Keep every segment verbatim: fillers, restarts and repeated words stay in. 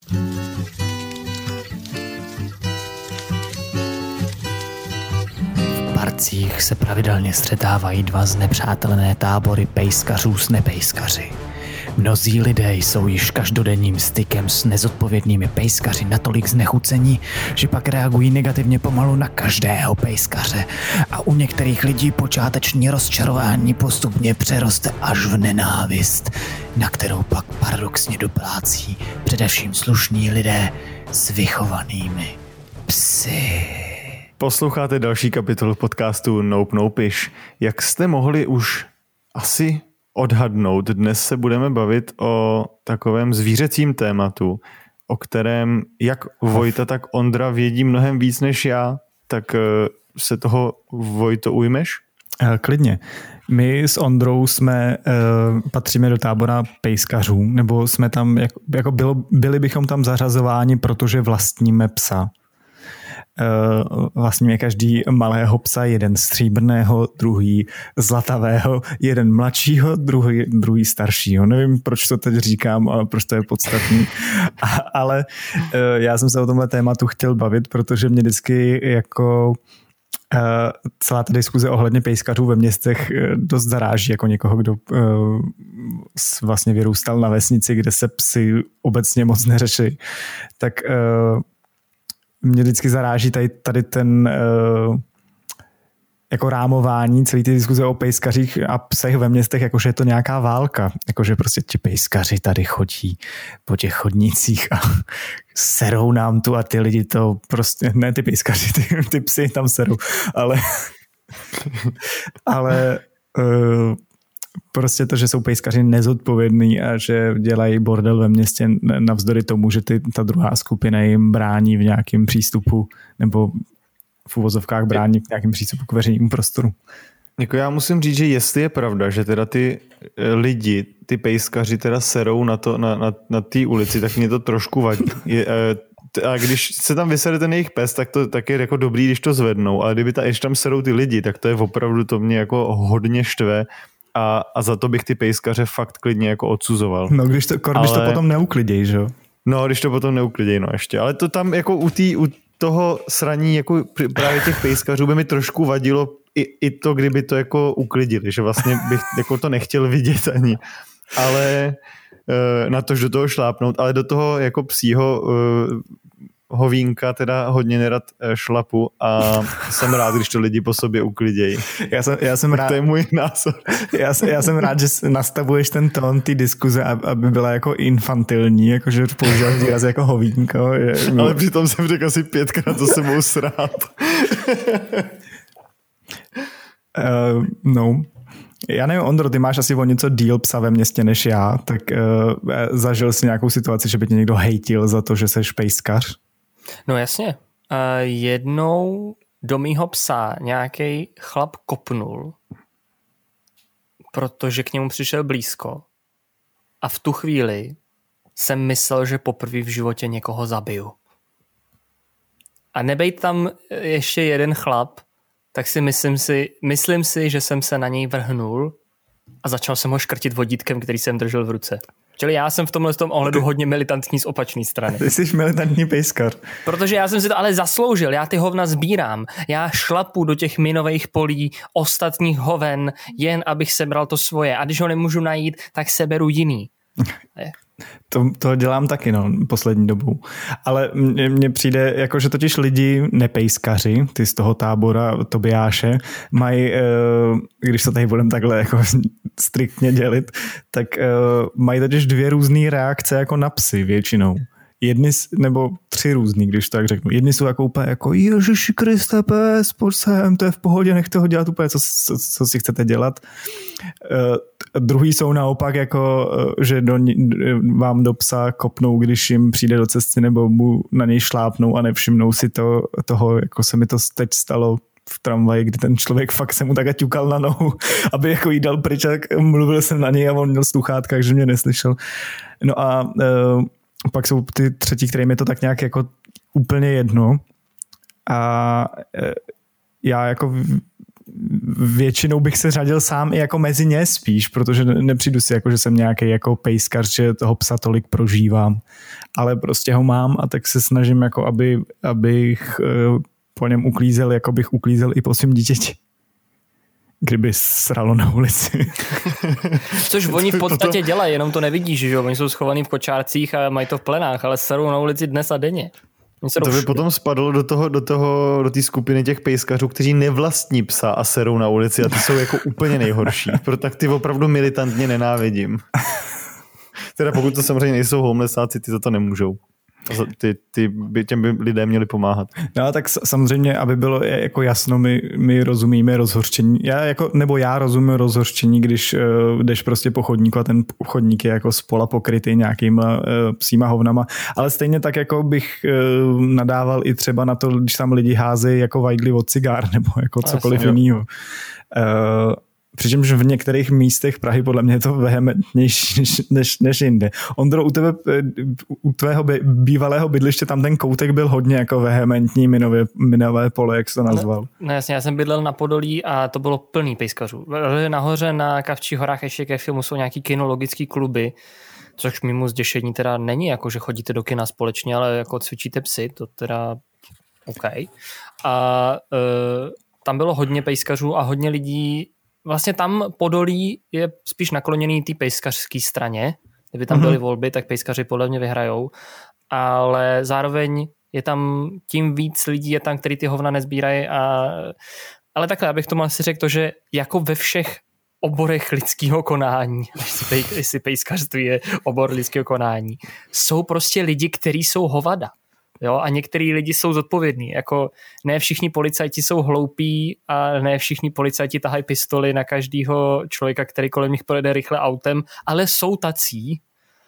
V parcích se pravidelně střetávají dva znepřátelené tábory pejskařů s nepejskaři. Mnozí lidé jsou již každodenním stykem s nezodpovědnými pejskaři natolik znechucení, že pak reagují negativně pomalu na každého pejskaře a u některých lidí počáteční rozčarování postupně přeroste až v nenávist, na kterou pak paradoxně doplácí především slušní lidé s vychovanými psy. Posloucháte další kapitolu podcastu Nope Nopish. Jak jste mohli už asi odhadnout, dnes se budeme bavit o takovém zvířecím tématu, o kterém jak Vojta, tak Ondra vědí mnohem víc než já, tak se toho, Vojto, ujmeš? Klidně. My s Ondrou jsme, uh, patříme do tábora pejskařů, nebo jsme tam, jako, jako bylo, byli bychom tam zařazováni, protože vlastníme psa. Uh, vlastníme každý malého psa, jeden stříbrného, druhý zlatavého, jeden mladšího, druhý, druhý staršího. Nevím, proč to teď říkám, ale proč to je podstatný. A, ale uh, já jsem se o tomhle tématu chtěl bavit, protože mě vždycky jako uh, celá ta diskuze ohledně pejskařů ve městech uh, dost zaráží jako někoho, kdo uh, vlastně vyrůstal na vesnici, kde se psy obecně moc neřeší. Tak uh, mě vždycky zaráží tady, tady ten uh, jako rámování celý ty diskuze o pejskařích a psech ve městech, jakože je to nějaká válka, jakože prostě ti pejskaři tady chodí po těch chodnících a serou nám tu a ty lidi to prostě, ne ty pejskaři, ty, ty psy tam serou, ale ale uh, prostě to, že jsou pejskaři nezodpovědní a že dělají bordel ve městě navzdory tomu, že ty, ta druhá skupina jim brání v nějakém přístupu nebo v uvozovkách brání v nějakém přístupu k veřejnému prostoru. Jako já musím říct, že jestli je pravda, že teda ty lidi, ty pejskaři teda serou na to, na, na, na té ulici, tak mě to trošku vadí. Je, a když se tam vysede ten jejich pes, tak to tak je jako dobrý, když to zvednou, ale kdyby ta, ještě tam serou ty lidi, tak to je opravdu, to mě jako hodně štve. A, a za to bych ty pejskaře fakt klidně jako odsuzoval. No když to, ale... když to potom neukliděj, že jo? No, když to potom neukliděj, no ještě. Ale to tam jako u, tý, u toho sraní jako právě těch pejskařů by mi trošku vadilo i, i to, kdyby to jako uklidili, že vlastně bych jako to nechtěl vidět ani. Ale na to, že do toho šlápnout, ale do toho jako psího hovínka teda hodně nerad šlapu a jsem rád, když to lidi po sobě uklidějí. Já jsem, já jsem rád, to je můj názor. Já, já jsem rád, že nastavuješ ten tón té diskuze, aby byla jako infantilní, jakože používáš výraz jako hovínko. Je, no. Ale přitom jsem řekl asi pětkrát za sebou srát. uh, no. Já nevím, Ondro, ty máš asi o něco díl psa ve městě než já, tak uh, zažil jsi nějakou situaci, že by tě někdo hejtil za to, že seš pejskař? No jasně. Uh, jednou do mýho psa nějaký chlap kopnul, protože k němu přišel blízko a v tu chvíli jsem myslel, že poprvé v životě někoho zabiju. A nebejt tam ještě jeden chlap, tak si myslím si, myslím si, že jsem se na něj vrhnul a začal jsem ho škrtit vodítkem, který jsem držel v ruce. Čili já jsem v tomhle tom ohledu hodně militantní z opačné strany. Ty jsi militantní pejskař. Protože já jsem si to ale zasloužil, já ty hovna sbírám. Já šlapu do těch minových polí ostatních hoven, jen abych sebral to svoje. A když ho nemůžu najít, tak seberu jiný. To, to dělám taky, no, poslední dobou. Ale mně přijde, jako že totiž lidi nepejskaři, ty z toho tábora Tobiáše, mají, když to tady budeme takhle jako striktně dělit, tak mají totiž dvě různé reakce jako na psy většinou. Jedny, nebo tři různý, když tak řeknu. Jedni jsou jako úplně jako Ježiši Kriste, pes, pojď sem, to je v pohodě, nechte ho dělat úplně, co, co, co si chcete dělat. Uh, druhý jsou naopak jako, uh, že do, vám do psa kopnou, když jim přijde do cesty, nebo mu na něj šlápnou a nevšimnou si to, toho, jako se mi to teď stalo v tramvaji, kdy ten člověk fakt se mu tak ťukal na nohu, aby jako jí dal pryč, tak mluvil jsem na něj a on měl sluchátka, takže mě neslyšel. No a uh, pak jsou ty třetí, kterým je to tak nějak jako úplně jedno. A já jako většinou bych se řadil sám i jako mezi ně spíš, protože nepřijdu si jako, že jsem nějaký jako pejskař, že toho psa tolik prožívám, ale prostě ho mám a tak se snažím jako, aby, abych po něm uklízel, jako bych uklízel i po svým dítěti. Kdyby sralo na ulici. Což oni v podstatě dělají, jenom to nevidíš, že jo? Oni jsou schovaní v kočárcích a mají to v plenách, ale serou na ulici dnes a denně. To by potom spadlo do toho, do toho, do té skupiny těch pejskařů, kteří nevlastní psa a serou na ulici a ty jsou jako úplně nejhorší. Proto tak ty opravdu militantně nenávidím. Teda pokud to samozřejmě nejsou homelessáci, ty za to nemůžou. Ty, ty by těm by lidé měli pomáhat. No tak samozřejmě, aby bylo jako jasno, my, my rozumíme rozhořčení. Já jako, nebo já rozumím rozhořčení, když uh, jdeš prostě po chodníku a ten chodník je jako spola pokrytý nějakýma uh, psíma hovnama, ale stejně tak jako bych uh, nadával i třeba na to, když tam lidi házejí jako vajgly od cigár nebo jako cokoliv jiného. Uh, Přičemž v některých místech Prahy podle mě je to vehementnější než, než, než jinde. Ondro, u tebe, u tvého bývalého bydliště tam ten koutek byl hodně jako vehementní minové, minové pole, jak jsi to nazval. No, no jasně, já jsem bydlel na Podolí a to bylo plný pejskařů. Nahoře na Kavčích horách ještě ke filmu jsou nějaký kinologický kluby, což mimo zděšení teda není, jako že chodíte do kina společně, ale jako cvičíte psy, to teda OK. A e, tam bylo hodně pejskařů a hodně lidí. Vlastně tam Podolí je spíš nakloněný té pejskařské straně. Kdyby tam byly volby, tak pejskaři podle mě vyhrajou. Ale zároveň je tam tím víc lidí, je tam, který ty hovna nezbírají. A... Ale takhle, abych tomu asi řekl to, že jako ve všech oborech lidského konání, jestli pejskařství je obor lidského konání, jsou prostě lidi, kteří jsou hovada. Jo, a některý lidi jsou zodpovědní, jako ne všichni policajti jsou hloupí a ne všichni policajti tahají pistoli na každého člověka, který kolem nich projede rychle autem, ale jsou tací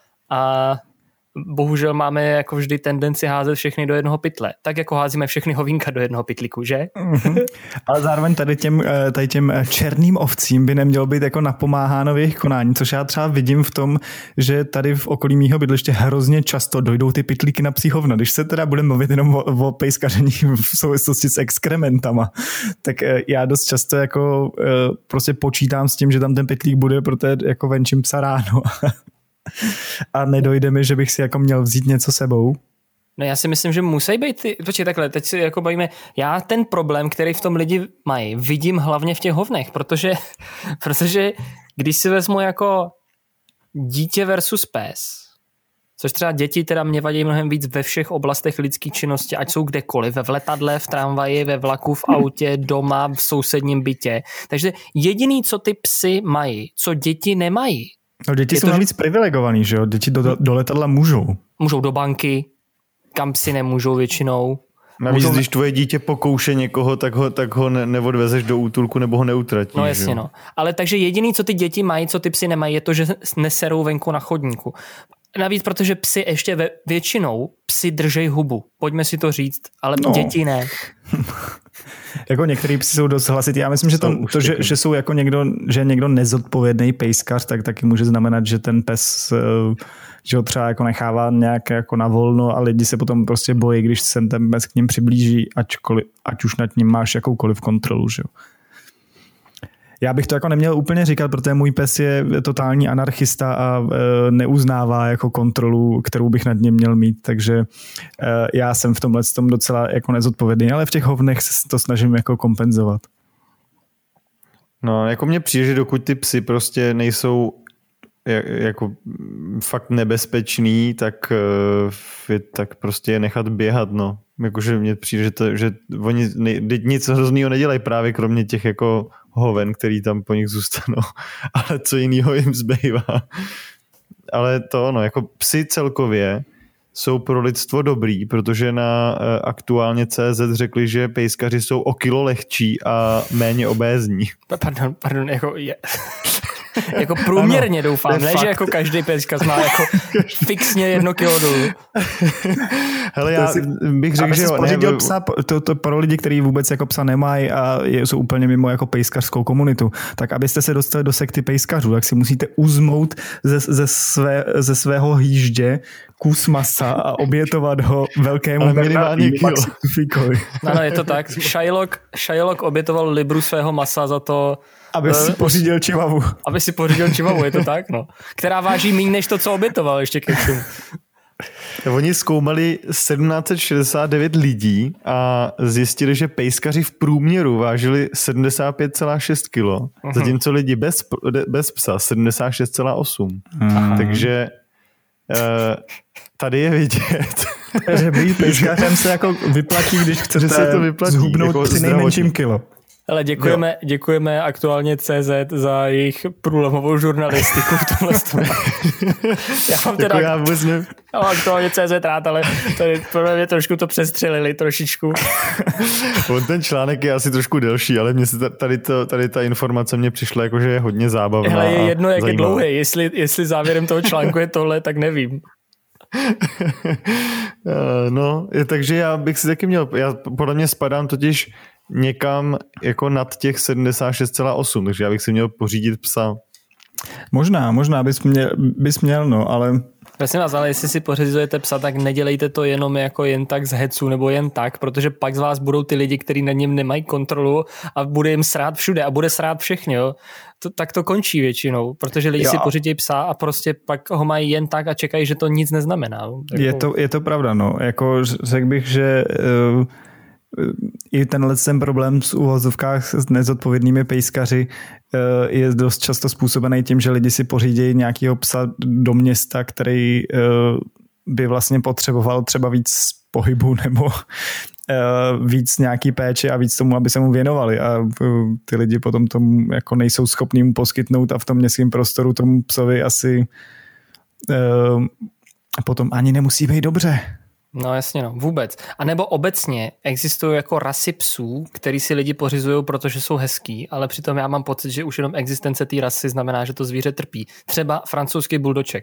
a bohužel máme jako vždy tendenci házet všechny do jednoho pytle. Tak jako házíme všechny hovínka do jednoho pytlíku, že? Mm-hmm. Ale zároveň tady těm, tady těm černým ovcím by nemělo být jako napomáháno v jejich konání, což já třeba vidím v tom, že tady v okolí mýho bydliště hrozně často dojdou ty pytlíky na psí hovna. Když se teda budeme mluvit jenom o, o pejskaření v souvislosti s exkrementama, tak já dost často jako prostě počítám s tím, že tam ten pytlík bude, protože jako venčím psa ráno. A nedojde mi, že bych si jako měl vzít něco sebou. No já si myslím, že musí být ty, počkej takhle, teď si jako bavíme, já ten problém, který v tom lidi mají, vidím hlavně v těch hovnech, protože, protože když si vezmu jako dítě versus pes, což třeba děti teda mě vadí mnohem víc ve všech oblastech lidské činnosti, ať jsou kdekoliv, v letadle, v tramvaji, ve vlaku, v autě, doma, v sousedním bytě. Takže jediný, co ty psy mají, co děti nemají. No děti jsou to, navíc privilegovaný, že jo? Děti do, do letadla můžou. Můžou do banky, kam si nemůžou většinou. Navíc, můžou... když tvoje dítě pokouše někoho, tak ho, tak ho ne, neodvezeš do útulku nebo ho neutratíš. No jasně, no. Ale takže jediný, co ty děti mají, co ty psy nemají, je to, že neserou venku na chodníku. Navíc, protože psy ještě ve, většinou psy držej hubu. Pojďme si to říct, ale no. Děti ne. Jako některý psi jsou dost hlasitý. Já myslím, že to, to že, že jsou jako někdo, že někdo nezodpovědný pejskař, tak taky může znamenat, že ten pes, že ho třeba jako nechává nějak jako na volno a lidi se potom prostě bojí, když se ten pes k ním přiblíží, ačkoliv, ať už nad ním máš jakoukoliv kontrolu, že jo. Já bych to jako neměl úplně říkat, protože můj pes je totální anarchista a e, neuznává jako kontrolu, kterou bych nad ním měl mít, takže e, já jsem v tomhle tom docela jako nezodpovědný, ale v těch hovnech se to snažím jako kompenzovat. No, jako mně přijde, že dokud ty psy prostě nejsou jako fakt nebezpečný, tak, tak prostě je nechat běhat, no. Jakože mně přijde, že, to, že oni ne, nic hroznýho nedělají právě kromě těch jako hoven, který tam po nich zůstanou. Ale co jinýho jim zbývá. Ale to, no, jako psy celkově jsou pro lidstvo dobrý, protože na aktuálně tečka cé zet řekli, že pejskaři jsou o kilo lehčí a méně obézní. Pardon, pardon, jako je... Jako průměrně ano, doufám, ne, fakt. Že jako každý pejskař má jako fixně jedno kilo dolů. Hele, já si, bych řekl, že jo. Psa, to, to pro lidi, kteří vůbec jako psa nemají a jsou úplně mimo jako pejskařskou komunitu, tak abyste se dostali do sekty pejskařů, tak si musíte uzmout ze, ze, své, ze svého hýždě kus masa a obětovat ho velkému Ale minimálně kilo. Maxifikovi. Ano, je to tak. Shylock, Shylock obětoval libru svého masa za to, aby si pořídil čivavu. Aby si pořídil čivavu, je to tak, no. Která váží méně než to, co obětoval ještě ke všemu. Oni zkoumali sedmnáct set šedesát devět lidí a zjistili, že pejskaři v průměru vážili sedmdesát pět celá šest kilo, uh-huh. zatímco lidi bez, bez psa sedmdesát šest celá osm. Uh-huh. Takže uh, tady je vidět. Takže být pejskařem se jako vyplatí, když chcete se to vyplatí, zhubnout jako při nejmenším kilo. Ale děkujeme, děkujeme aktuálně C Z za jejich průlomovou žurnalistiku v tomhle stavu. Já mám teda jako já vůbec ne... já mám aktuálně C Z rád, ale tady pro mě trošku to přestřelili trošičku. On ten článek je asi trošku delší, ale mně se tady, to, tady ta informace mě přišla jako, že je hodně zábavná. Hele, je jedno, jak zajímavá. je dlouhý. Jestli, jestli závěrem toho článku je tohle, tak nevím. No, je, takže já bych si taky měl, já podle mě spadám totiž někam jako nad těch sedmdesát šest celá osm, takže já bych si měl pořídit psa. Možná, možná bys měl, bys měl no, ale... Prosím vás, ale jestli si pořizujete psa, tak nedělejte to jenom jako jen tak z hecu nebo jen tak, protože pak z vás budou ty lidi, kteří nad ním nemají kontrolu a bude jim srát všude a bude srát všechny, jo. To, tak to končí většinou, protože lidi jo. si pořídí psa a prostě pak ho mají jen tak a čekají, že to nic neznamená. Jako... Je, to, je to pravda, no. Jako řekl bych, že uh, i tenhle ten problém s uvozovkách s nezodpovědnými pejskaři uh, je dost často způsobený tím, že lidi si pořídějí nějakýho psa do města, který uh, by vlastně potřeboval třeba víc pohybu nebo víc nějaký péče a víc tomu, aby se mu věnovali a ty lidi potom tomu jako nejsou schopní mu poskytnout a v tom městském prostoru tomu psovi asi uh, potom ani nemusí být dobře. No jasně, no, vůbec. A nebo obecně existují jako rasy psů, který si lidi pořizují, protože jsou hezký, ale přitom já mám pocit, že už jenom existence té rasy znamená, že to zvíře trpí. Třeba francouzský buldoček.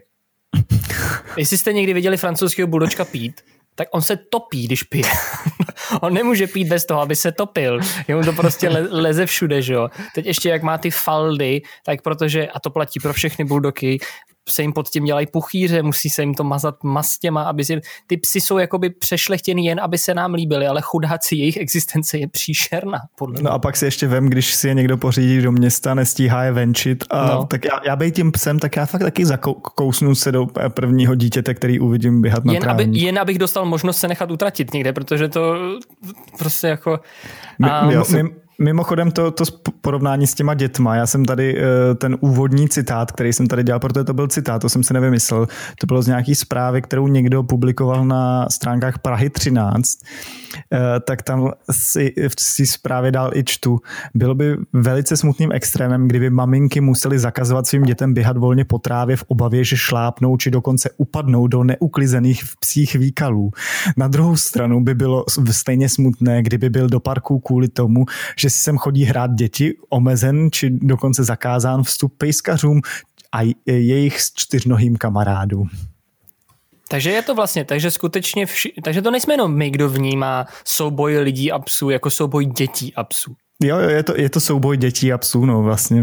Jestli jste někdy viděli francouzského buldočka pít, tak on se topí, když pije. On nemůže pít bez toho, aby se topil. Jemu to prostě le- leze všude, že jo. Teď ještě jak má ty faldy, tak protože, a to platí pro všechny buldoky, se jim pod tím dělají puchýře, musí se jim to mazat mastěma, aby si, ty psy jsou jakoby přešlechtěný jen, aby se nám líbili, ale chudáci, jejich existence je příšerná. Podle no a pak si ještě vem, když si je někdo pořídí do města, nestíhá je venčit a no. tak já, já bej tím psem, tak já fakt taky zakousnu se do prvního dítěte, který uvidím běhat na jen, trávník. aby, jen abych dostal možnost se nechat utratit někde, protože to prostě jako... A... My, my, my, Mimochodem to, to porovnání s těma dětma, já jsem tady ten úvodní citát, který jsem tady dělal, protože to byl citát, to jsem si nevymyslel, to bylo z nějaký zprávy, kterou někdo publikoval na stránkách Prahy třináct, tak tam si v té zprávě dál i čtu. Bylo by velice smutným extrémem, kdyby maminky musely zakazovat svým dětem běhat volně po trávě v obavě, že šlápnou či dokonce upadnou do neuklizených psích výkalů. Na druhou stranu by bylo stejně smutné, kdyby byl do parku kvůli tomu, že si sem chodí hrát děti, omezen či dokonce zakázán vstup pejskařům a jejich čtyřnohým kamarádům. Takže je to vlastně, takže skutečně, vši, takže to nejsme jenom my, kdo vnímá souboj lidí a psů, jako souboj dětí a psů. Jo, jo, je to, je to souboj dětí a psů, no vlastně.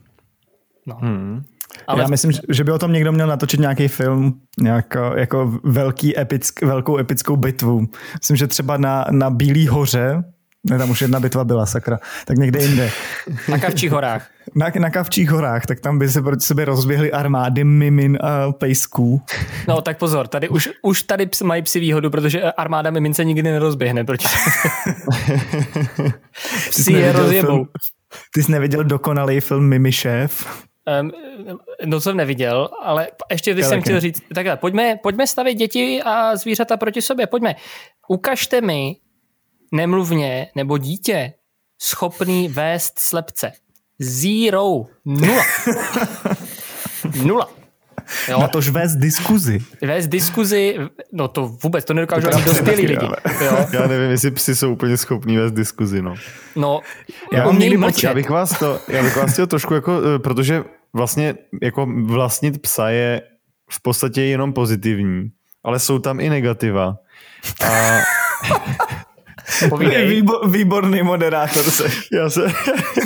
No. Hmm. Ale... Já myslím, že by o tom někdo měl natočit nějaký film, nějako, jako velký epick, velkou epickou bitvu. Myslím, že třeba na, na Bílý hoře, ne, tam už jedna bitva byla, sakra, tak někde jinde. Na Kavčích horách. Na, na Kavčích horách, tak tam by se proti sobě rozběhly armády mimin a pejsků. No tak pozor, tady už, už tady mají psi výhodu, protože armáda mimin se nikdy nerozběhne proti psi je rozjebou. Film, ty jsi neviděl dokonalý film Mimi šéf? Um, no jsem neviděl, ale ještě když jsem chtěl říct, takhle, pojďme, pojďme stavit děti a zvířata proti sobě, pojďme. Ukažte mi nemluvně nebo dítě schopný vést slepce. Zero. Nula. Nula. Jo? Na tož vést diskuzi. Vést diskuzi, no to vůbec, to nedokážu ani dospělí lidi. Jo? Já nevím, jestli psi jsou úplně schopní vést diskuzi, no. No, já, umějí mlčet. Já bych vás to, já bych vás chtěl trošku jako, protože vlastně jako vlastnit psa je v podstatě jenom pozitivní, ale jsou tam i negativa. A... Výbor, výborný moderátor se. Já se...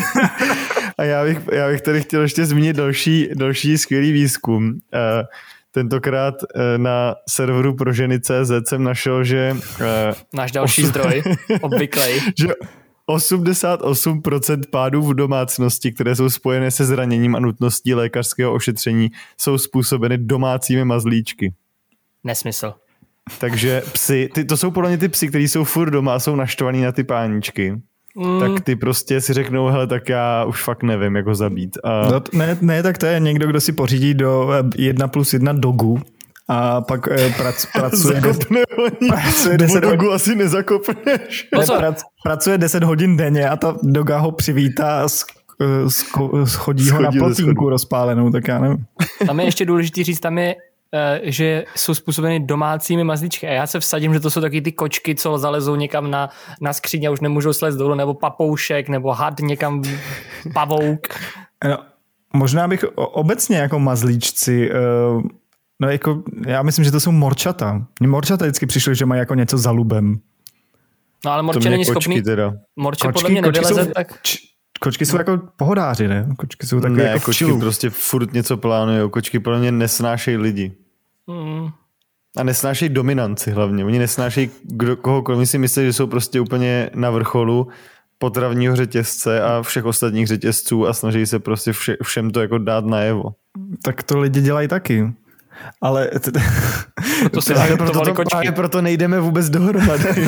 A já bych, já bych tady chtěl ještě zmínit další, další skvělý výzkum. tentokrát na serveru pro ženy tečka cé zet jsem našel, že... Náš další osm... zdroj, obvyklej. Že osmdesát osm procent pádů v domácnosti, které jsou spojené se zraněním a nutností lékařského ošetření, jsou způsobeny domácími mazlíčky. Nesmysl. Takže psy, ty, to jsou podle mě ty psy, kteří jsou furt doma a jsou naštvaný na ty páničky. Mm. Tak ty prostě si řeknou, hele, tak já už fakt nevím, jak ho zabít. A... No, ne, ne, tak to je někdo, kdo si pořídí do jedna plus jedna dogu a pak eh, prac, pracuje... Zakopne oni, pracuje deset dogu hodin, asi nezakopneš. Ne, prac, pracuje deset hodin denně a ta doga ho přivítá a sk, sk, schodí ho na plotínku rozpálenou, tak já nevím. Tam je ještě důležitý říct, tam je že jsou způsobeny domácími mazlíčky a já se vsadím, že to jsou taky ty kočky, co zalezou někam na, na skříň a už nemůžou slést dolů, nebo papoušek, nebo had někam pavouk. No, možná bych obecně jako mazlíčci, no jako, já myslím, že to jsou morčata. Mně morčata vždycky přišly, že mají jako něco za lubem. No ale morče není schopný, teda. morče podle mě nevyleze, tak... Kočky jsou jako pohodáři, ne? Kočky jsou takové ne, jako kočky prostě furt něco plánujou. Kočky podle mě nesnášejí lidi. Mm. A nesnášejí dominanci hlavně. Oni nesnášejí kdo, kohokoliv. Si myslí, že jsou prostě úplně na vrcholu potravního řetězce a všech ostatních řetězců a snaží se prostě vše, všem to jako dát najevo. Tak to lidi dělají taky. Ale to se právě proto, to, právě proto nejdeme vůbec dohromady.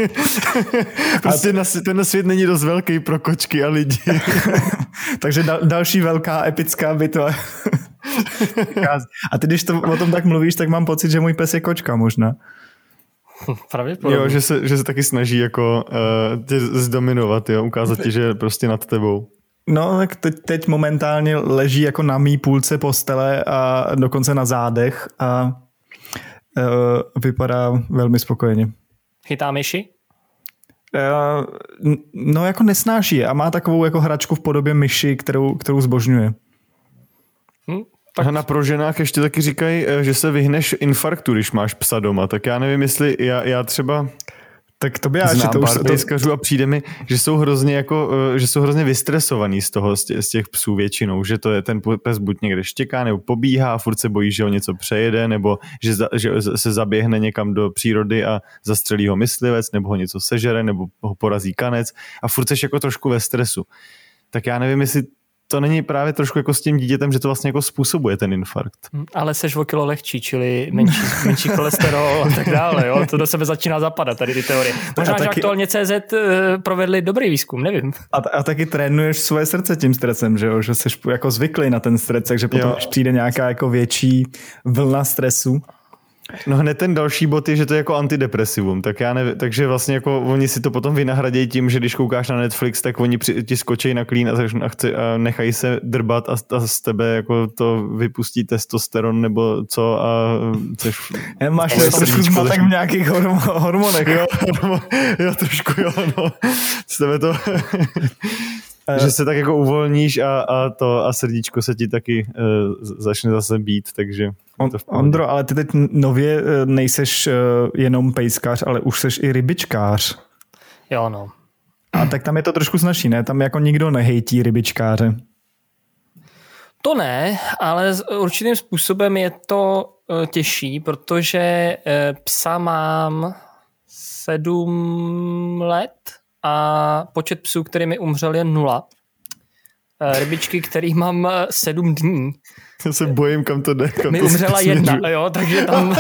Prostě na, ten svět není dost velký pro kočky a lidi. Takže dal, další velká epická bitva. A ty, když to, o tom tak mluvíš, tak mám pocit, že můj pes je kočka možná. Pravděpodobně. Jo, že se, že se taky snaží jako uh, tě zdominovat, jo, ukázat ti, že je prostě nad tebou. No, tak teď, teď momentálně leží jako na mý půlce postele a dokonce na zádech a uh, vypadá velmi spokojeně. Chytá myši? Uh, no, jako nesnáší a má takovou jako hračku v podobě myši, kterou, kterou zbožňuje. Hm, tak... A na pro ženách ještě taky říkají, že se vyhneš infarktu, když máš psa doma, tak já nevím, jestli já, já třeba... Tak to by já znám pár pejskařů a přijde mi, že jsou hrozně jako, že jsou hrozně vystresovaný z toho, z těch psů většinou, že to je ten pes buď někde štěká, nebo pobíhá, furt se bojí, že ho něco přejede, nebo že, za, že se zaběhne někam do přírody a zastřelí ho myslivec, nebo ho něco sežere, nebo ho porazí kanec a furt seš jako trošku ve stresu. Tak já nevím, jestli to není právě trošku jako s tím dítětem, že to vlastně jako způsobuje ten infarkt. Ale seš o kilo lehčí, čili menší, menší cholesterol a tak dále. Jo? To do sebe začíná zapadat, tady ty teorie. Možná, že aktuálně C Z provedli dobrý výzkum, nevím. A, a taky trénuješ svoje srdce tím stresem, že jo? Že jsi jako zvyklý na ten stres, takže potom, jo. Když přijde nějaká jako větší vlna stresu. No hned ten další bod je, že to je jako antidepresivum, tak já nevím, takže vlastně jako oni si to potom vynahradějí tím, že když koukáš na Netflix, tak oni při, ti skočí na klín a, a, chci, a nechají se drbat a, a z tebe jako to vypustí testosteron nebo co a chceš... Já máš trošku zmatek v nějakých hormonech. Jo, jo, trošku jo, no. Z tebe to... že se tak jako uvolníš a, a to a srdíčko se ti taky uh, začne zase být, takže... On, Ondro, ale ty teď nově nejseš uh, jenom pejskař, ale už seš i rybičkář. Jo, no. A tak tam je to trošku snažší, ne? Tam jako nikdo nehejtí rybičkáře. To ne, ale určitým způsobem je to uh, těžší, protože uh, psa mám sedm let a počet psů, který mi umřel, je nula. Rybičky, který mám sedm dní. Já se bojím, kam to jde. Kam mi to umřela jedna, jo, takže tam...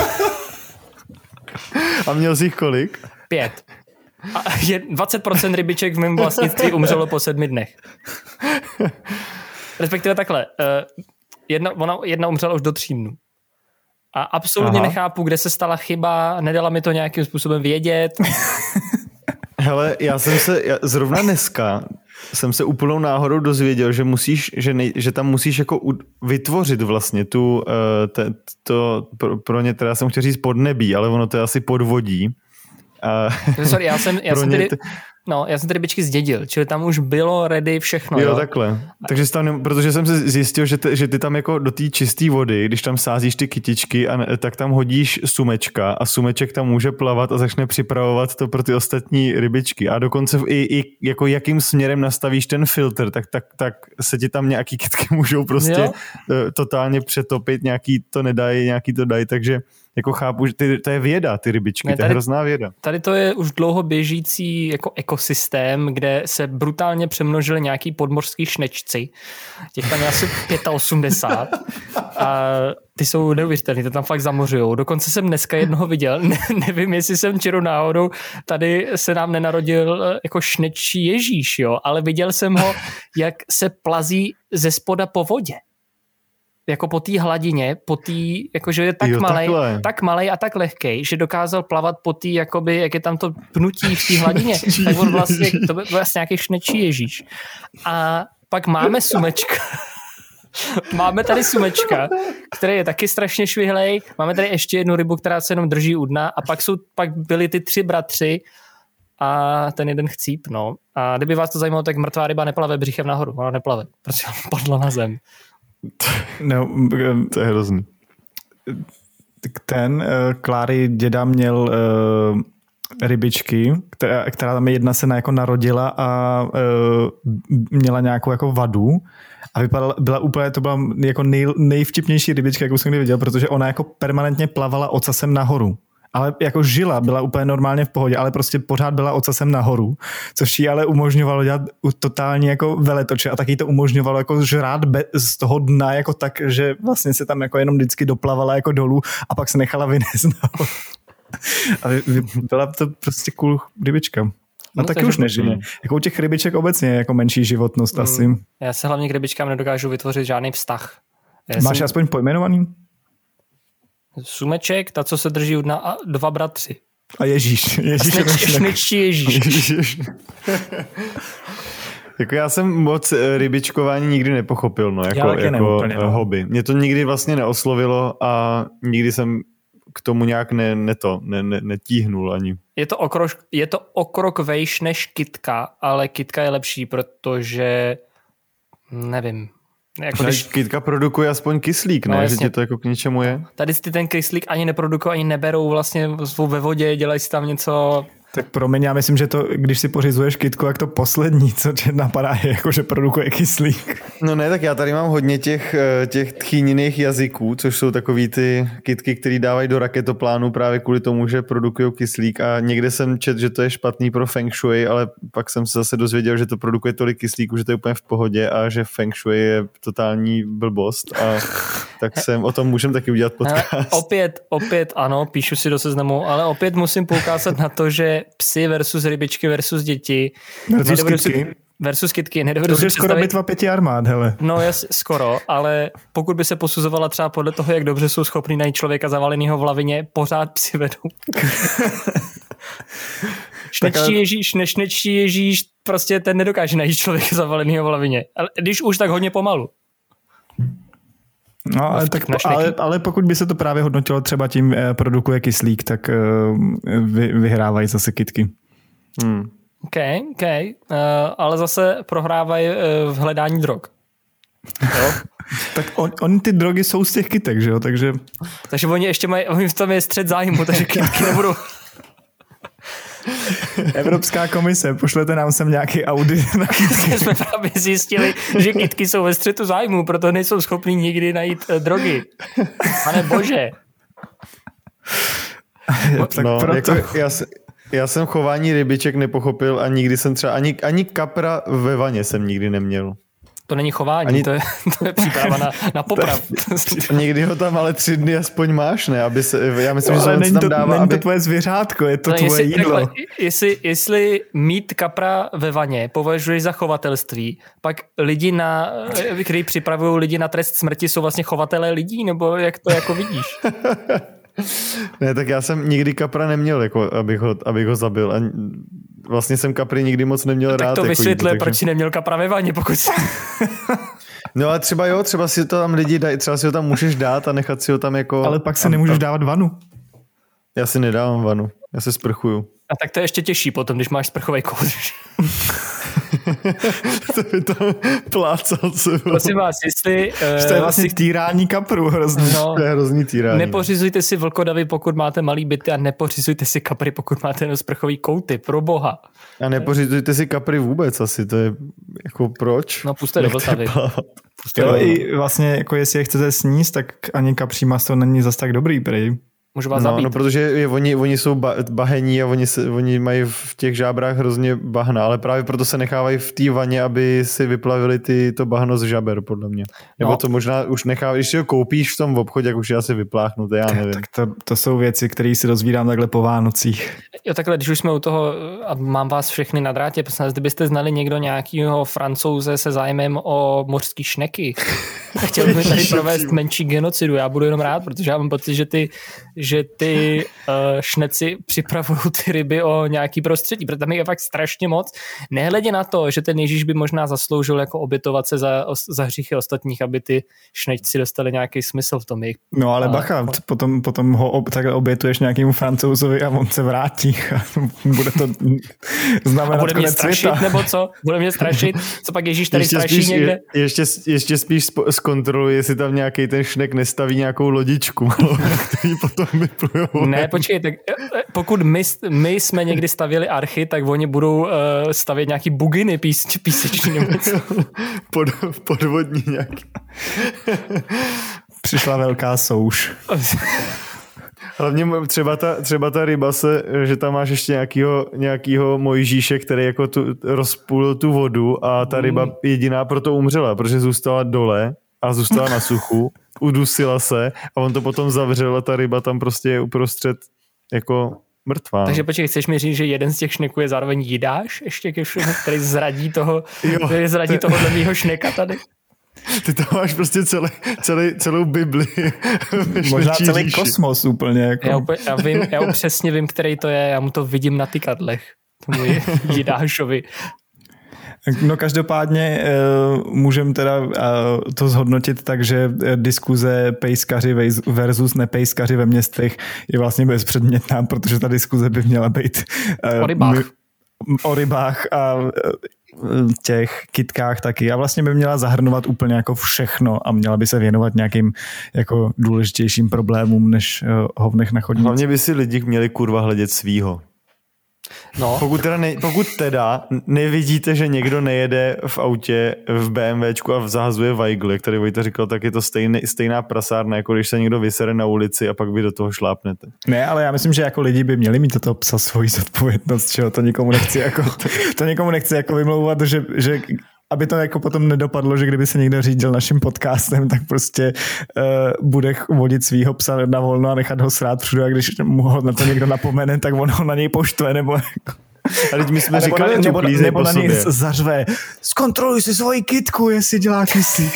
A měl jsi jich kolik? Pět. A dvacet procent rybiček v mém vlastnictví umřelo po sedmi dnech. Respektive takhle. Jedna, ona, jedna umřela už do tří dnů. A absolutně Aha. nechápu, kde se stala chyba, nedala mi to nějakým způsobem vědět. Hele, já jsem se, já, zrovna dneska jsem se úplnou náhodou dozvěděl, že musíš, že, nej, že tam musíš jako u, vytvořit vlastně tu, uh, te, to pro, pro ně, teda jsem chtěl říct podnebí, ale ono to je asi podvodí. Uh, Sorry, já jsem, já jsem tedy... No, já jsem ty rybičky zdědil, čili tam už bylo ready všechno. Jo, jo? takhle. Takže jsi tam, protože jsem se zjistil, že ty, že ty tam jako do té čisté vody, když tam sázíš ty kytičky, a ne, tak tam hodíš sumečka a sumeček tam může plavat a začne připravovat to pro ty ostatní rybičky. A dokonce i, i jako jakým směrem nastavíš ten filtr, tak, tak, tak se ti tam nějaký kytky můžou prostě jo? totálně přetopit, nějaký to nedají, nějaký to dají, takže jako chápu, že ty, to je věda, ty rybičky, ne, tady, to je hrozná věda. Tady to je už dlouho běžící jako ekosystém, kde se brutálně přemnožili nějaký podmořský šnečci. Těch tam je asi osmdesát pět a ty jsou neuvěřitelný, to tam fakt zamořujou. Dokonce jsem dneska jednoho viděl, ne, nevím, jestli jsem čirou náhodou, tady se nám nenarodil jako šnečí Ježíš, jo, ale viděl jsem ho, jak se plazí ze spoda po vodě. Jako po té hladině, po té, jakože je tak jo, malej, tak malej a tak lehkej, že dokázal plavat po té, jakoby, jak je tam to pnutí v té hladině, tak on vlastně, to byl vlastně nějaký šnečí Ježíš. A pak máme sumečka. Máme tady sumečka, který je taky strašně švihlej, máme tady ještě jednu rybu, která se jenom drží u dna a pak jsou, pak byli ty tři bratři a ten jeden chcíp, no. A kdyby vás to zajímalo, tak mrtvá ryba neplave břichem nahoru, ona neplave, protože padla na zem. No, to je hrozný. Ten uh, Kláry děda měl uh, rybičky, která, která tam jedna se na, jako narodila a uh, měla nějakou jako vadu a vypadala, byla úplně, to byla jako nej, nejvtipnější rybička, jakou jsem kdy viděl, protože ona jako permanentně plavala ocasem nahoru. Ale jako žila, byla úplně normálně v pohodě, ale prostě pořád byla ocasem nahoru, což jí ale umožňovalo dělat totálně jako veletoče a taky to umožňovalo jako žrát be- z toho dna jako tak, že vlastně se tam jako jenom vždycky doplavala jako dolů a pak se nechala vynést nahoru. A byla to prostě cool rybička. A no, taky už nežije. Jako u těch rybiček obecně je jako menší životnost mm. asi. Já se hlavně k rybičkám nedokážu vytvořit žádný vztah. Já Máš jsem... aspoň pojmenovaný? Sumeček, ta, co se drží u dna, a dva bratři. A Ježíš. Ježíš a šnečtí Ježíš. Ježíš. Jako já jsem moc rybičkování nikdy nepochopil, no, jako, jako neúplně, no. hobby. Mě to nikdy vlastně neoslovilo a nikdy jsem k tomu nějak ne, ne to, ne, ne, netíhnul ani. Je to, okrok, je to o krok vejš než kytka, ale kytka je lepší, protože nevím. Jako když... Kytka produkuje aspoň kyslík, no, ne? Že ti to jako k ničemu je. Tady si ten kyslík ani neprodukují, ani neberou, vlastně jsou ve vodě, dělají si tam něco... Tak promiň, já myslím, že to, když si pořizuješ kytku, jak to poslední, co tě napadá, je jako, že produkuje kyslík. No ne, tak já tady mám hodně těch, těch tchýniných jazyků, což jsou takový ty kytky, které dávají do raketoplánu právě kvůli tomu, že produkují kyslík a někde jsem četl, že to je špatný pro feng shui, ale pak jsem se zase dozvěděl, že to produkuje tolik kyslíku, že to je úplně v pohodě a že feng shui je totální blbost a tak jsem, o tom můžem taky udělat podcast. Hele, opět, opět ano, píšu si do seznamu, ale opět musím poukázat na to, že psy versus rybičky versus děti. Versus kytky. Versus kytky. To je skoro bitva pěti armád, hele. No jas, skoro, ale pokud by se posuzovala třeba podle toho, jak dobře jsou schopní najít člověka zavalenýho v lavině, pořád psy vedou. Šnečtí Ježíš, nešnečtí Ježíš, prostě ten nedokáže najít člověka zavalenýho v lavině. Ale když už, tak hodně pomalu. No, ale, tak, ale, ale pokud by se to právě hodnotilo třeba tím eh, produkuje kyslík, tak eh, vy, vyhrávají zase kytky. Hmm. OK, OK. Uh, ale zase prohrávají uh, v hledání drog. Jo? Tak on, on ty drogy jsou z těch kytek, že jo? Takže, takže oni ještě mají, oni v tom je střed zájmu, takže kytky nebudou... Evropská komise, pošlete nám sem nějaký audit na kytky. Jsme právě zjistili, že kytky jsou ve střetu zájmu, proto nejsou schopní nikdy najít uh, drogy. Pane bože. No, proto... jako já, já jsem chování rybiček nepochopil a nikdy jsem třeba, ani, ani kapra ve vaně jsem nikdy neměl. To není chování, ani... to, je, to je příprava na, na poprav. Někdy ho tam ale tři dny aspoň máš, ne? Aby se, já myslím, no, že se tam to, dává, není aby... to tvoje zvěřátko, je to no, tvoje jestli, jídlo. Takhle, jestli, jestli mít kapra ve vaně považuješ za chovatelství, pak lidi, na, kteří připravují lidi na trest smrti, jsou vlastně chovatelé lidí, nebo jak to jako vidíš? Ne, tak já jsem nikdy kapra neměl, jako, abych, ho, abych ho zabil. A vlastně jsem kapry nikdy moc neměl no, rád. Tak to jako vysvětluje, takže... proč si neměl kapra ve vaně, pokud si... No ale třeba jo, třeba si to tam lidi dají, třeba si ho tam můžeš dát a nechat si ho tam jako... Ale pak si nemůžeš dávat vanu. Já si nedávám vanu, já se sprchuju. A tak to je ještě těžší potom, když máš sprchový kout. To by tam plácal se. Prosím vás, jestli... Uh, to je vlastně týrání kapru hrozný. No, to je hrozný týrání. Nepořizujte si vlkodavy, pokud máte malý byty a nepořizujte si kapry, pokud máte jenom sprchový kouty, pro boha. A nepořizujte si kapry vůbec asi, to je jako proč? No puste do Vltavy. Jo, i vlastně jako jestli je chcete sníst, tak ani kapří maso není zas tak dobrý, prej. Můžu vás no, zabít. no, protože je, oni, oni jsou ba, bahení a oni, se, oni mají v těch žábrách hrozně bahna, ale právě proto se nechávají v té vaně, aby si vyplavili ty, to bahno z žaber, podle mě. Nebo no. to možná už nechávají, když si ho koupíš v tom obchodě, jak už je asi vypláchnuté, já nevím. Tak to, to jsou věci, které si dozvídám takhle po Vánocích. Jo, takhle, když už jsme u toho a mám vás všechny na drátě, prosím vás, kdybyste znali někdo nějakýho Francouze se zájmem o mořský šneky, chtěl bych tady provést menší genocidu, já budu jenom rád, protože já mám pocit, že ty, že ty uh, šneci připravují ty ryby o nějaký prostředí, protože tam je fakt strašně moc. Nehledě na to, že ten Ježíš by možná zasloužil jako obětovat se za, za hříchy ostatních, aby ty šnečci dostali nějaký smysl v tom jejich. No ale bacha, potom, potom ho ob, takhle obětuješ nějakému Francouzovi a on se vrátí a bude to znamenat a bude mě strašit, světa. Nebo co? Bude mě strašit? Co pak Ježíš tady ještě straší spíš, někde? Je, ještě, ještě spíš zkontroluje, jestli tam nějaký ten šnek nestaví nějakou lodičku, který potom vyplujou. Ne, počkej, tak pokud my, my jsme někdy stavěli archy, tak oni budou uh, stavět nějaký buginy pís, píseční nebo něco. Pod, podvodní nějaký. Přišla velká souš. Hlavně třeba ta, třeba ta ryba se, že tam máš ještě nějakýho, nějakýho Mojžíše, který jako tu, rozpůlil tu vodu a ta ryba jediná proto umřela, protože zůstala dole a zůstala na suchu, udusila se a on to potom zavřel a ta ryba tam prostě je uprostřed jako mrtvá. Takže počkej, chceš mi říct, že jeden z těch šneků je zároveň Jidáš, ještě ke všemu, který zradí toho, jo, který zradí to... tohohle mýho šneka tady? Ty tam máš prostě celý, celý, celou Bibli. Možná celý říši. Kosmos úplně. Jako. Já, úplně já, vím, já přesně vím, který to je, já mu to vidím na tykadlech. Tomu Jidášovi. No každopádně uh, můžeme teda uh, to zhodnotit tak, že diskuze pejskaři versus nepejskaři ve městech je vlastně bezpředmětná, protože ta diskuze by měla být uh, o rybách. My, o rybách a uh, těch kytkách taky. A vlastně by měla zahrnovat úplně jako všechno a měla by se věnovat nějakým jako důležitějším problémům, než uh, hovnech na chodnících. Hlavně by si lidi měli kurva hledět svýho. No. Pokud, teda ne, pokud teda nevidíte, že někdo nejede v autě v BMWčku a zahazuje vajgly, jak tady Vojta říkal, tak je to stejný, stejná prasárna, jako když se někdo vysere na ulici a pak vy do toho šlápnete. Ne, ale já myslím, že jako lidi by měli mít toto psa svoji zodpovědnost, že to nikomu nechci jako, to nikomu nechci jako vymlouvat, že, že aby to jako potom nedopadlo, že kdyby se někdo řídil naším podcastem, tak prostě uh, bude vodit svýho psa na volno a nechat ho srát všude a když mu ho na to někdo napomene, tak on ho na něj poštve, nebo jako... A teď my jsme nebo říkali, na, nebo, nebo po na něj zařve, zkontroluj si svoji kytku, jestli dělá kyslík.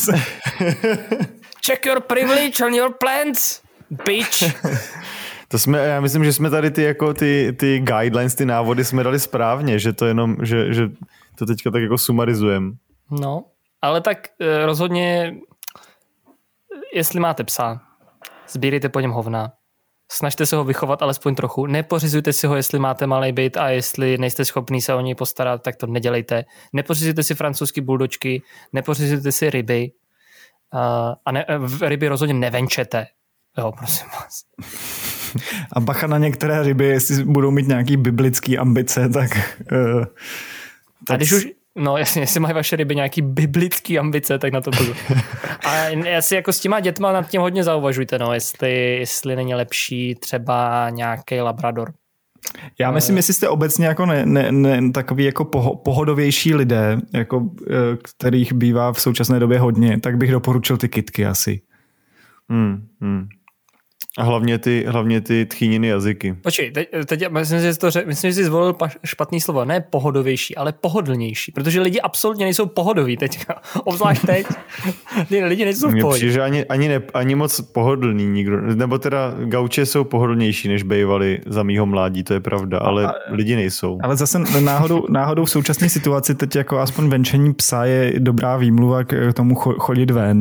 Check your privilege on your plans, bitch. To jsme, já myslím, že jsme tady ty, jako ty, ty guidelines, ty návody jsme dali správně, že to jenom, že, že to teďka tak jako sumarizujeme. No, ale tak eh, rozhodně, jestli máte psa, sbírejte po něm hovna. Snažte se ho vychovat alespoň trochu. Nepořizujte si ho, jestli máte malý byt a jestli nejste schopný se o něj postarat, tak to nedělejte. Nepořizujte si francouzský buldočky, nepořizujte si ryby uh, a ne, ryby rozhodně nevenčete. Jo, prosím vás. A bacha na některé ryby, jestli budou mít nějaký biblický ambice, tak... Uh, tak... A když už... No jasně, jestli mají vaše ryby nějaký biblický ambice, tak na to pozor. A asi jako s těma dětma nad tím hodně zauvažujte, no, jestli, jestli není lepší třeba nějaký labrador. Já myslím, jestli jste obecně jako ne, ne, ne, takový jako poho, pohodovější lidé, jako, kterých bývá v současné době hodně, tak bych doporučil ty kytky asi. Hmm, hmm. A hlavně ty, hlavně ty tchýniny jazyky. Počkej, teď, teď myslím, že jsi, to řek, myslím, že jsi zvolil špatný slovo. Ne pohodovější, ale pohodlnější. Protože lidi absolutně nejsou pohodoví teďka. Obzvlášť teď. Lidi nejsou v pohodě. Mně že ani, ani, ne, ani moc pohodlný nikdo. Nebo teda gauče jsou pohodlnější, než bývali za mýho mládí, to je pravda, ale a, lidi nejsou. Ale zase náhodou, náhodou v současné situaci teď jako aspoň venčení psa je dobrá výmluva k tomu chodit ven.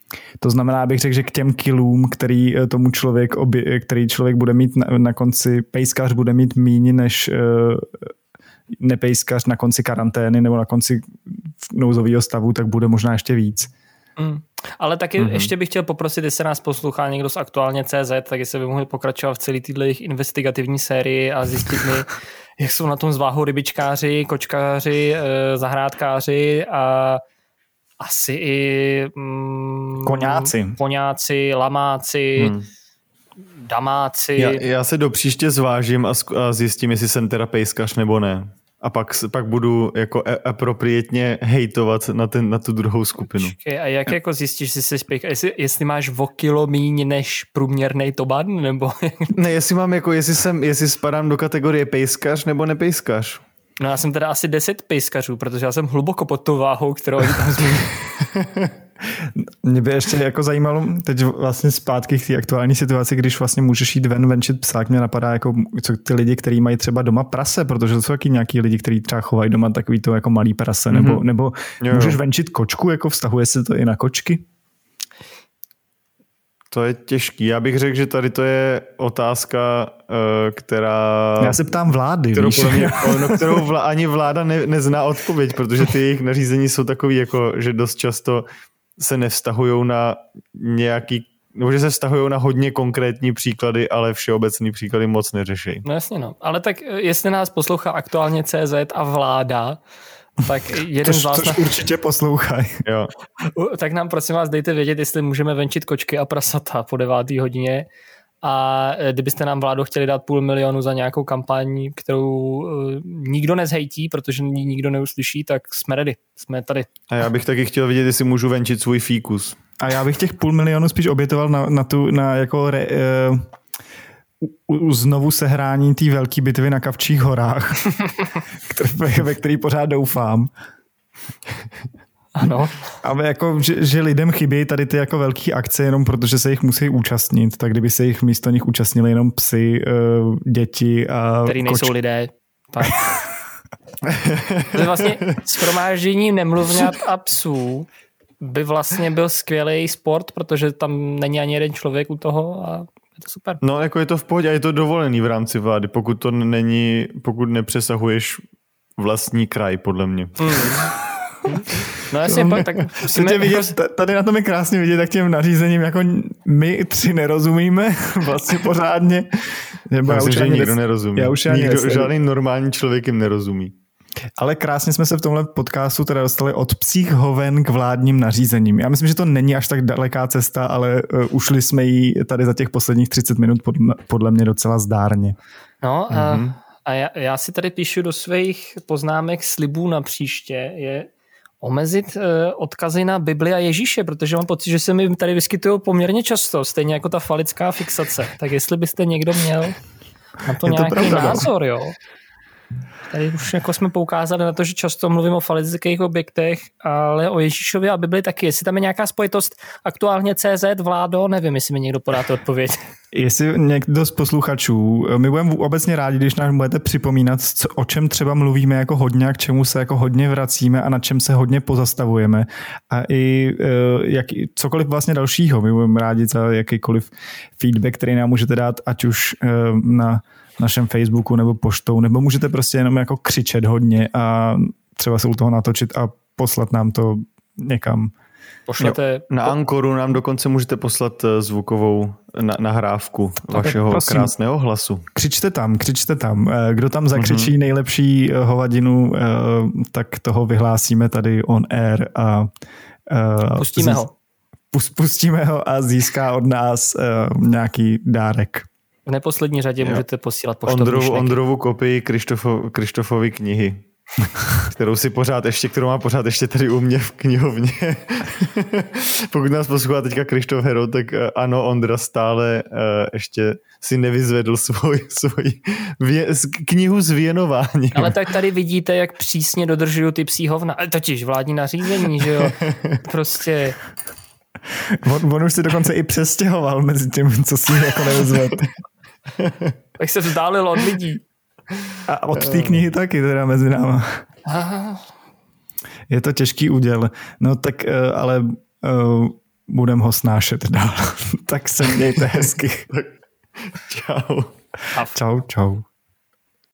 To znamená, bych řekl, že k těm kilům, který tomu člověk, obě, který člověk bude mít na, na konci, pejskař bude mít míň než uh, nepejskař na konci karantény nebo na konci nouzového stavu, tak bude možná ještě víc. Mm. Ale taky mm-hmm. ještě bych chtěl poprosit, jestli nás poslouchá někdo z aktuálně tečka cé zet, tak jestli by mohli pokračovat v celé této jejich investigativní sérii a zjistit mi, jak jsou na tom s váhou rybičkáři, kočkáři, zahrádkáři a asi i mm, koňáci, koňáci, lamáci, hmm. damáci. Já, já se do příště zvážím a, a zjistím, jestli jsem teda pejskař nebo ne. A pak, pak budu jako apropriatně hejtovat na, ten, na tu druhou skupinu. Počkej, a jak jako zjistíš, že jsi pejskař? Jestli, jestli máš o kilo míň než průměrný toban? Nebo... ne, jestli mám jako, jestli, jsem, jestli spadám do kategorie pejskař nebo nepejskař. No já jsem teda asi deset pejskařů, protože já jsem hluboko pod tou váhou, kterou oni tam zmíní. Mě by ještě jako zajímalo, teď vlastně zpátky k té aktuální situaci, když vlastně můžeš jít ven venčit psa, mě napadá jako co ty lidi, kteří mají třeba doma prase, protože to jsou taky nějaký lidi, kteří třeba chovají doma takový to jako malý prase, nebo, mm-hmm. nebo jo, můžeš jo. venčit kočku, jako vztahuje se to i na kočky? To je těžký. Já bych řekl, že tady to je otázka, která... Já se ptám vlády, kterou, víš? Mě, no, kterou vlá, ani vláda ne, nezná odpověď, protože ty jejich nařízení jsou takový, jako, že dost často se nevztahujou na nějaký, nebo že se vztahují na hodně konkrétní příklady, ale všeobecný příklady moc neřeší. No jasně, no. Ale tak jestli nás poslouchá aktuálně tečka cé zet a vláda, tak jeden tož, z vás... Tož určitě poslouchaj. Jo. Tak nám prosím vás dejte vědět, jestli můžeme venčit kočky a prasata po devátý hodině. A kdybyste nám, vládo, chtěli dát půl milionu za nějakou kampaň, kterou uh, nikdo nezhejtí, protože ji nikdo neuslyší, tak jsme ready. Jsme tady. A já bych taky chtěl vidět, jestli můžu venčit svůj fíkus. A já bych těch půl milionu spíš obětoval na, na tu, na jako re, uh, u, u znovu sehrání té velké bitvy na Kavčích horách, které, ve který pořád doufám. Ano. Ale jako, že, že lidem chybějí tady ty jako velké akce jenom protože se jich musí účastnit, tak kdyby se jich místo nich účastnili jenom psy, uh, děti a... Který nejsou koč... lidé. Tak. Vlastně shromáždění nemluvňat a psů by vlastně byl skvělý sport, protože tam není ani jeden člověk u toho a je to super. No, jako je to v pohodě a je to dovolený v rámci vlády, pokud to není, pokud nepřesahuješ vlastní kraj, podle mě. Mm. No jasně, no, tak musíme... vidět, tady na tom je krásně vidět, tak těm nařízením jako my tři nerozumíme vlastně pořádně. Nebo já myslím, že nikdo nerozumí. Já už nikdo, žádný normální člověk jim nerozumí. Ale krásně jsme se v tomhle podcastu teda dostali od psích hoven k vládním nařízením. Já myslím, že to není až tak daleká cesta, ale uh, ušli jsme ji tady za těch posledních třicet minut pod, podle mě docela zdárně. No mm-hmm. a, a já, já si tady píšu do svých poznámek slibů na příště je omezit uh, odkazy na Bibli a Ježíše, protože mám pocit, že se mi tady vyskytují poměrně často, stejně jako ta falická fixace. Tak jestli byste někdo měl na to, to nějaký pravda, názor, jo? Tady už jako jsme poukázali na to, že často mluvím o falických objektech, ale o Ježíšově a Bibli taky. Jestli tam je nějaká spojitost aktuálně C Z, vládo, nevím, jestli mi někdo podáte odpověď. Jestli někdo z posluchačů, my budeme obecně rádi, když nám budete připomínat, co, o čem třeba mluvíme jako hodně a k čemu se jako hodně vracíme a na čem se hodně pozastavujeme. A i jak, cokoliv vlastně dalšího. My budeme rádi za jakýkoliv feedback, který nám můžete dát, ať už na našem Facebooku nebo poštou, nebo můžete prostě jenom jako křičet hodně a třeba se u toho natočit a poslat nám to někam. Pošlete... Na Ankoru nám dokonce můžete poslat zvukovou nahrávku vašeho prosím, krásného hlasu. Křičte tam, křičte tam. Kdo tam zakřičí mm-hmm. nejlepší hovadinu, tak toho vyhlásíme tady on air a pustíme ho. Pustíme ho a získá od nás nějaký dárek. V neposlední řadě jo. můžete posílat poštovní Ondrovu, Ondrovu kopii Krištofo, Krištofovy knihy, kterou si pořád ještě, kterou má pořád ještě tady u mě v knihovně. Pokud nás poslouchá teďka Krištof Hero, tak ano, Ondra stále uh, ještě si nevyzvedl svoj, svoj vě, knihu s věnováním. Ale tak tady vidíte, jak přísně dodržují ty psí hovna. Totiž vládní nařízení, že jo? Prostě... On, on už si dokonce i přestěhoval mezi tím, co si jako nevyzvedl. Tak se vzdálil od lidí. A od té knihy taky teda mezi náma. Aha. Je to těžký úděl. No tak, ale budem ho snášet dál. Tak se mějte hezky. Čau. Čau, čau.